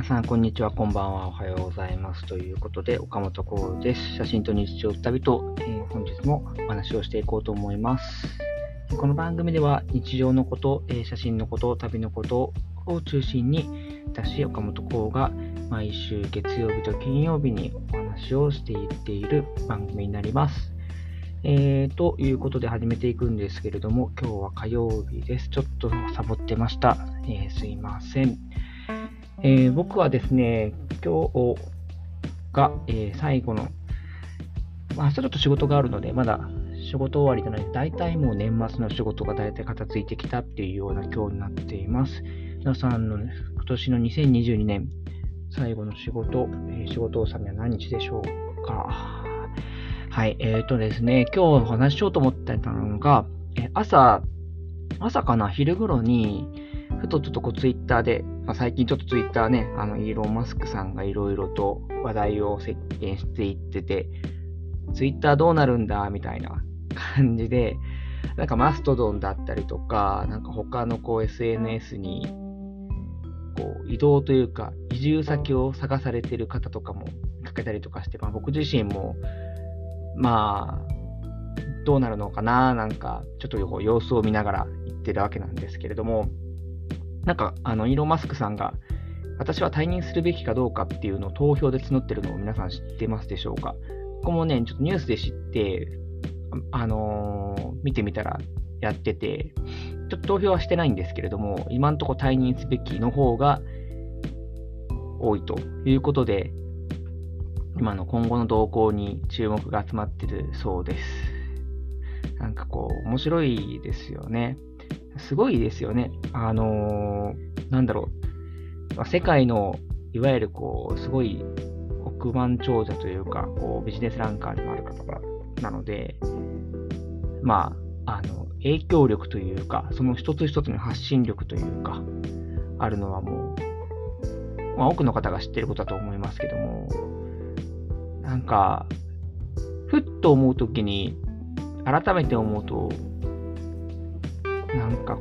さん、こんにちは、こんばんは、おはようございます。ということで、岡本浩です。写真と日常旅と、本日もお話をしていこうと思います。この番組では、日常のこと、写真のこと、旅のことを中心に、私、岡本浩が毎週月曜日と金曜日にお話をしていっている番組になります。ということで始めていくんですけれども、今日は火曜日です。ちょっとサボってました。すいません。僕はですね、今日が、最後の、明日ちょっと仕事があるので、まだ仕事終わりじゃない、大体もう年末の仕事が大体片付いてきたっていうような今日になっています。皆さんの、今年の2022年最後の仕事納めは何日でしょうか。はい、ですね、今日お話ししようと思ってたのが、朝かな、昼頃に、ふとちょっとツイッターで、最近ちょっとツイッターね、イーロン・マスクさんがいろいろと話題を席巻していってて、ツイッターどうなるんだみたいな感じで、なんかマストドンだったりとか、なんか他のSNS に移動というか移住先を探されている方とかも見かけたりとかして、僕自身もどうなるのかな、なんかちょっと様子を見ながら言ってるわけなんですけれども、なんかイーロン・マスクさんが私は退任するべきかどうかっていうのを投票で募ってるのを皆さん知ってますでしょうか。ここもね、ちょっとニュースで知って、見てみたらやってて、ちょっと投票はしてないんですけれども、今のところ退任すべきの方が多いということで、今の今後の動向に注目が集まってるそうです。なんか面白いですよね。すごいですよね。世界のいわゆるすごい億万長者というか、ビジネスランカーでもある方なので、影響力というか、その一つ一つの発信力というか、あるのはもう、多くの方が知っていることだと思いますけども、なんか、ふっと思うときに、改めて思うと、なんか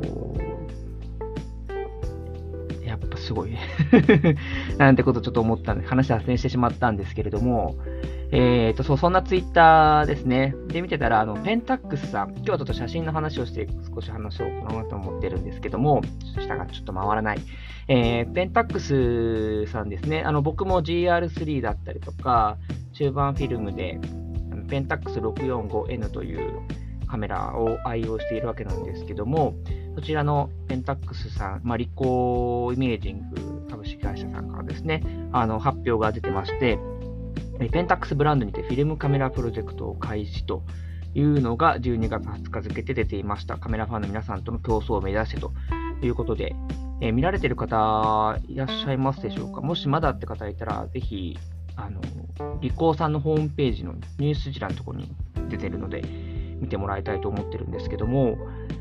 やっぱすごいなんてことちょっと思ったんで、話は脱線してしまったんですけれども、そんなツイッターですね。で、見てたら、ペンタックスさん、今日はちょっと写真の話をして少し話をかなと思ってるんですけども、下がちょっと回らない。ペンタックスさんですね。僕も GR3 だったりとか、中盤フィルムで、ペンタックス 645N というカメラを愛用しているわけなんですけども、そちらのペンタックスさん、リコーイメージング株式会社さんからですね、発表が出てまして、ペンタックスブランドにてフィルムカメラプロジェクトを開始というのが12月20日付で出ていました。カメラファンの皆さんとの競争を目指してということで、見られている方いらっしゃいますでしょうか。もしまだって方いたら、ぜひ、リコーさんのホームページのニュース字欄のところに出ているので、見てもらいたいと思ってるんですけども、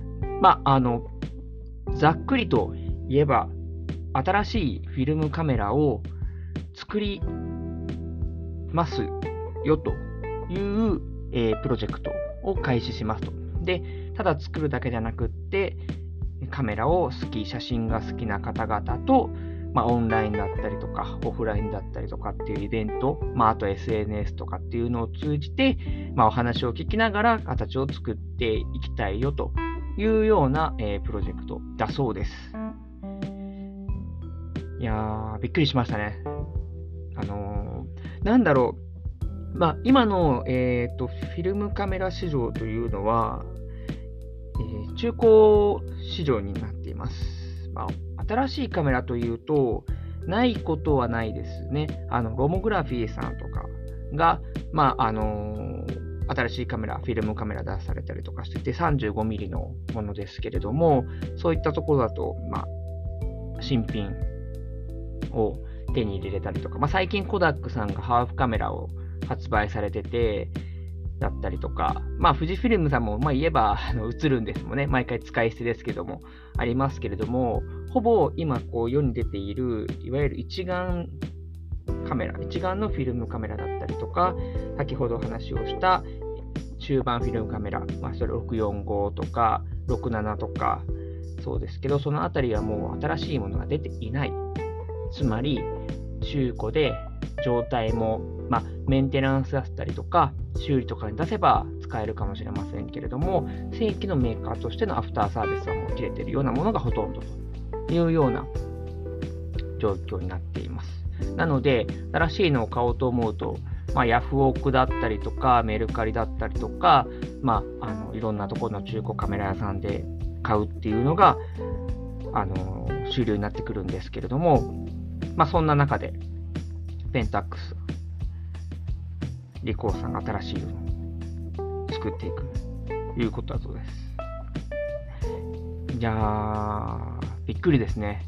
ざっくりと言えば、新しいフィルムカメラを作りますよという、プロジェクトを開始しますと。で、ただ作るだけじゃなくって、カメラを写真が好きな方々と、オンラインだったりとか、オフラインだったりとかっていうイベント、あと SNS とかっていうのを通じて、お話を聞きながら形を作っていきたいよというような、プロジェクトだそうです。いやー、びっくりしましたね。今の、フィルムカメラ市場というのは、中古市場になっています。新しいカメラというと、ないことはないですね。ロモグラフィーさんとかが、新しいカメラ、フィルムカメラ出されたりとかしてて、35mm のものですけれども、そういったところだと、新品を手に入れれたりとか、最近コダックさんがハーフカメラを発売されてて、だったりとか、富士フィルムさんも言えば映るんですもんね。毎回使い捨てですけども、ありますけれども、ほぼ今世に出ている、いわゆる一眼のフィルムカメラだったりとか、先ほど話をした中盤フィルムカメラ、それ645とか67とか、そうですけど、そのあたりはもう新しいものが出ていない。 つまり中古で状態も、メンテナンスだったりとか修理とかに出せば使えるかもしれませんけれども、正規のメーカーとしてのアフターサービスはもう切れているようなものがほとんどというような状況になっています。なので新しいのを買おうと思うと、ヤフオクだったりとかメルカリだったりとか、いろんなところの中古カメラ屋さんで買うっていうのが主流になってくるんですけれども、そんな中でペンタックスリコーさんが新しいのを作っていくということだそうです。じゃあびっくりですね。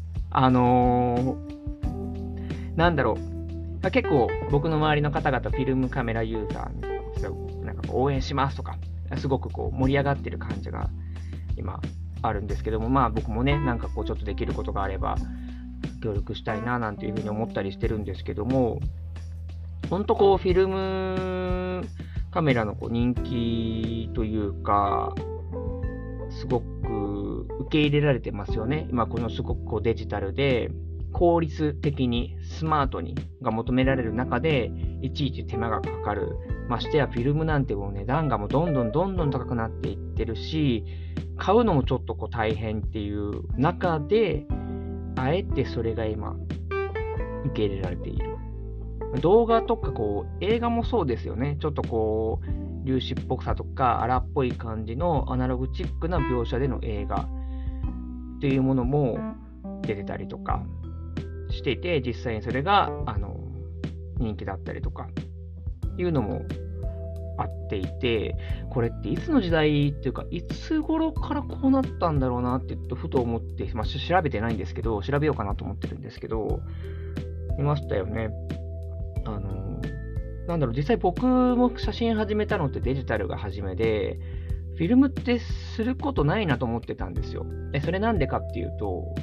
結構僕の周りの方々フィルムカメラユーザーなんか応援しますとかすごく盛り上がってる感じが今あるんですけども、僕もねちょっとできることがあれば協力したいななんていうふうに思ったりしてるんですけども、本当フィルムカメラの人気というかすごく受け入れられてますよね。今このすごくデジタルで効率的にスマートにが求められる中でいちいち手間がかかる。ましてやフィルムなんてもう値段がもうどんどん高くなっていってるし、買うのもちょっと大変っていう中で、あえてそれが今受け入れられている。動画とか映画もそうですよね。ちょっと粒子っぽさとか荒っぽい感じのアナログチックな描写での映画っていうものも出てたりとかしていて、実際にそれが人気だったりとかいうのもあっていて、これっていつの時代っていうかいつ頃からこうなったんだろうなってふと思って、調べてないんですけど、調べようかなと思ってるんですけど、いましたよね。実際僕も写真始めたのってデジタルが初めで、フィルムってすることないなと思ってたんですよ。それなんでかっていうと、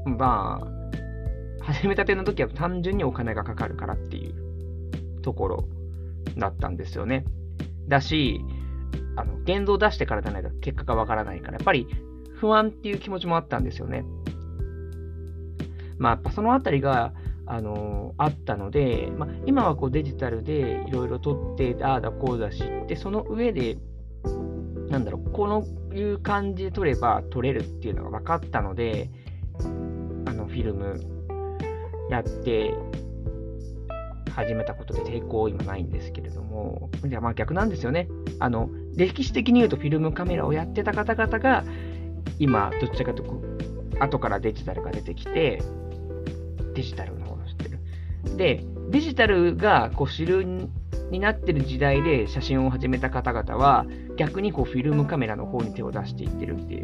始めたての時は単純にお金がかかるからっていうところだったんですよね。だし、現像出してからじゃないと結果がわからないから、やっぱり不安っていう気持ちもあったんですよね。やっぱそのあたりがあったので、今はデジタルでいろいろ撮って、ああだこうだ知って、その上で、このいう感じで撮れば撮れるっていうのが分かったので、フィルムやって始めたことで抵抗今ないんですけれども、じゃあ逆なんですよね。歴史的に言うとフィルムカメラをやってた方々が、今、どちらかというと、後からデジタルが出てきて、デジタルの方を知ってる。で、デジタルが主流になってる時代で写真を始めた方々は、逆にフィルムカメラの方に手を出していってるっていう、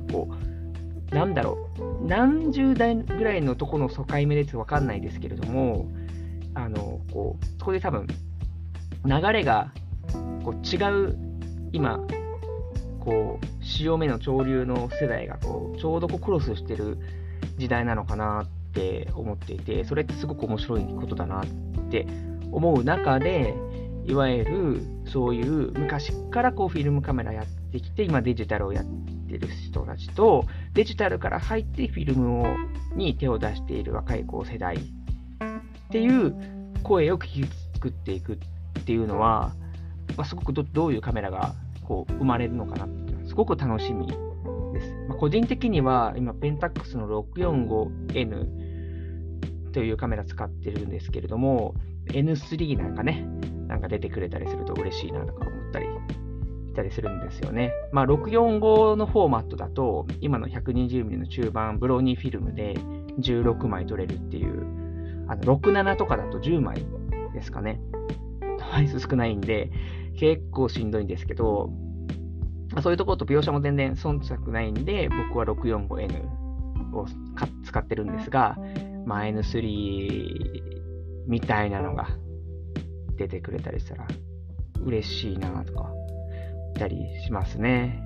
何十代ぐらいのところの境目です分かんないですけれども、そこで多分、流れが違う、今、潮目の潮流の世代がちょうどクロスしてる時代なのかなって思っていて、それってすごく面白いことだなって思う中で、いわゆるそういう昔からフィルムカメラやってきて、今デジタルをやってる人たちと、デジタルから入ってフィルムに手を出している若い世代っていう声を聞き作っていくっていうのは、すごくどういうカメラが生まれるのかなっていうのはすごく楽しみです。個人的には今ペンタックスの 645N というカメラ使ってるんですけれども、N3 なんか出てくれたりすると嬉しいなとか思ったりしたりするんですよね。645のフォーマットだと今の 120mm の中盤ブローニーフィルムで16枚撮れるっていう、67とかだと10枚ですかね。枚数少ないんで結構しんどいんですけど、そういうところと描写も全然忖度ないんで、僕は 645N を使ってるんですが、N3 みたいなのが出てくれたりしたら嬉しいなとか言ったりしますね。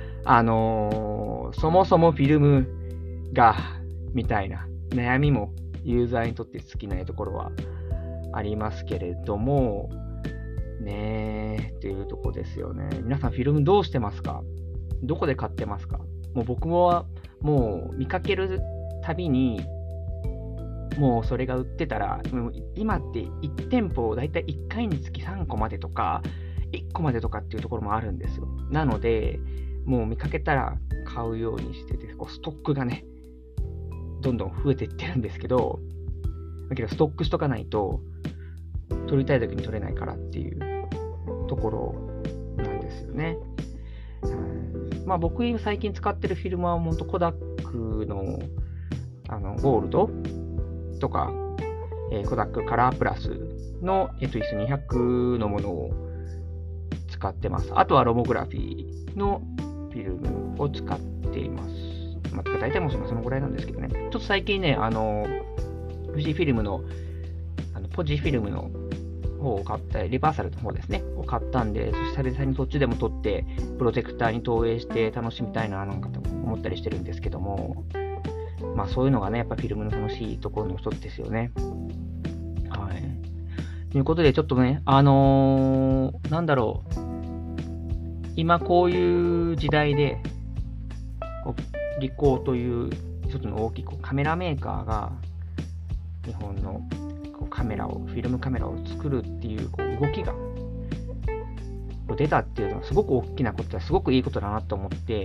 そもそもフィルムがみたいな悩みもユーザーにとって尽きないところはありますけれどもねっていうとこですよね。皆さんフィルムどうしてますか？どこで買ってますか？もう僕はもう見かけるたびにもうそれが売ってたら、もう今って1店舗だいたい1回につき3個までとか1個までとかっていうところもあるんですよ。なのでもう見かけたら買うようにしてて、ストックがねどんどん増えていってるんですけど、だけどストックしとかないと撮りたい時に撮れないからっていうところなんですよね。まあ僕最近使ってるフィルムは本当コダックのゴールドとか、コダックカラープラスの、IS200 のものを使ってます。あとはロモグラフィーのフィルムを使っています。まあ、大体もそのぐらいなんですけどね。ちょっと最近ね、富士フィルムの、ポジフィルムの方を買った、リバーサルの方ですね、を買ったんで、久々にそっちでも撮って、プロジェクターに投影して楽しみたいな、なんかと思ったりしてるんですけども、まあそういうのがね、やっぱフィルムの楽しいところの一つですよね。はい。ということで、ちょっとね、なんだろう。今こういう時代で、リコーという一つの大きいカメラメーカーが、日本のカメラを、フィルムカメラを作るっていう動きが出たっていうのはすごく大きなことだ、すごくいいことだなと思って、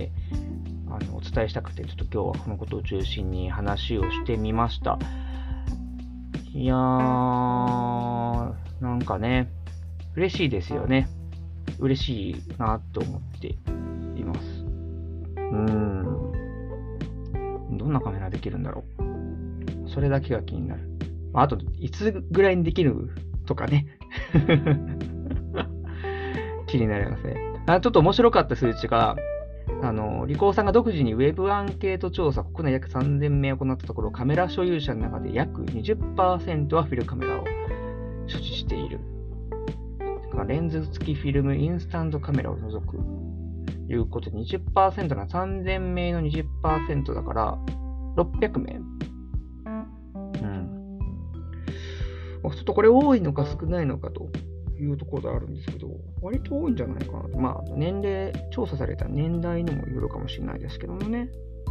お伝えしたくて、ちょっと今日はこのことを中心に話をしてみました。いやー、なんかね、嬉しいですよね。嬉しいなと思っています。どんなカメラできるんだろう。それだけが気になる。あと、いつぐらいにできるとかね。気になりますね。ちょっと面白かった数値が、リコーさんが独自にウェブアンケート調査、国内約3000名行ったところ、カメラ所有者の中で約 20% はフィルムカメラを所持している。レンズ付きフィルムインスタントカメラを除くということで 20% な3000名の 20% だから600名。ちょっとこれ多いのか少ないのかというところであるんですけど、割と多いんじゃないかなと。まあ、年齢、調査された年代にもよるかもしれないですけどもね。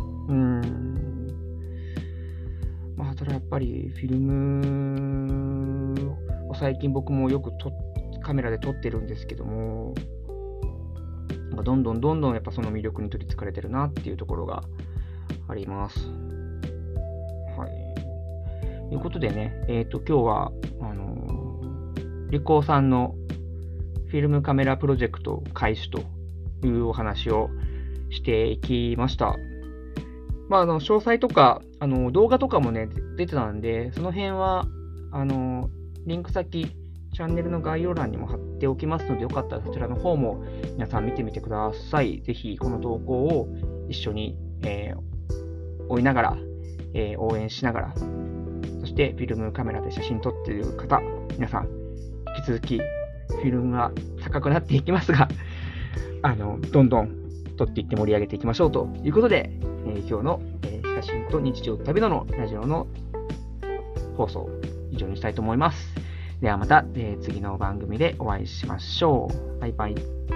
まあ、ただやっぱりフィルムを最近僕もよくカメラで撮ってるんですけども、どんどんやっぱその魅力に取り憑かれてるなっていうところがあります。はい。ということでね、今日は、リコーさんのフィルムカメラプロジェクト開始というお話をしていきました。まあ、詳細とか、動画とかもね、出てたんで、その辺は、リンク先、チャンネルの概要欄にも貼っておきますので、よかったらそちらの方も皆さん見てみてください。ぜひ、この投稿を一緒に、追いながら、応援しながら、そしてフィルムカメラで写真撮っている方、皆さん、引き続きフィルムが高くなっていきますが、どんどん撮っていって盛り上げていきましょうということで、今日の、写真と日常旅のラジオの放送、以上にしたいと思います。ではまた、次の番組でお会いしましょう。バイバイ。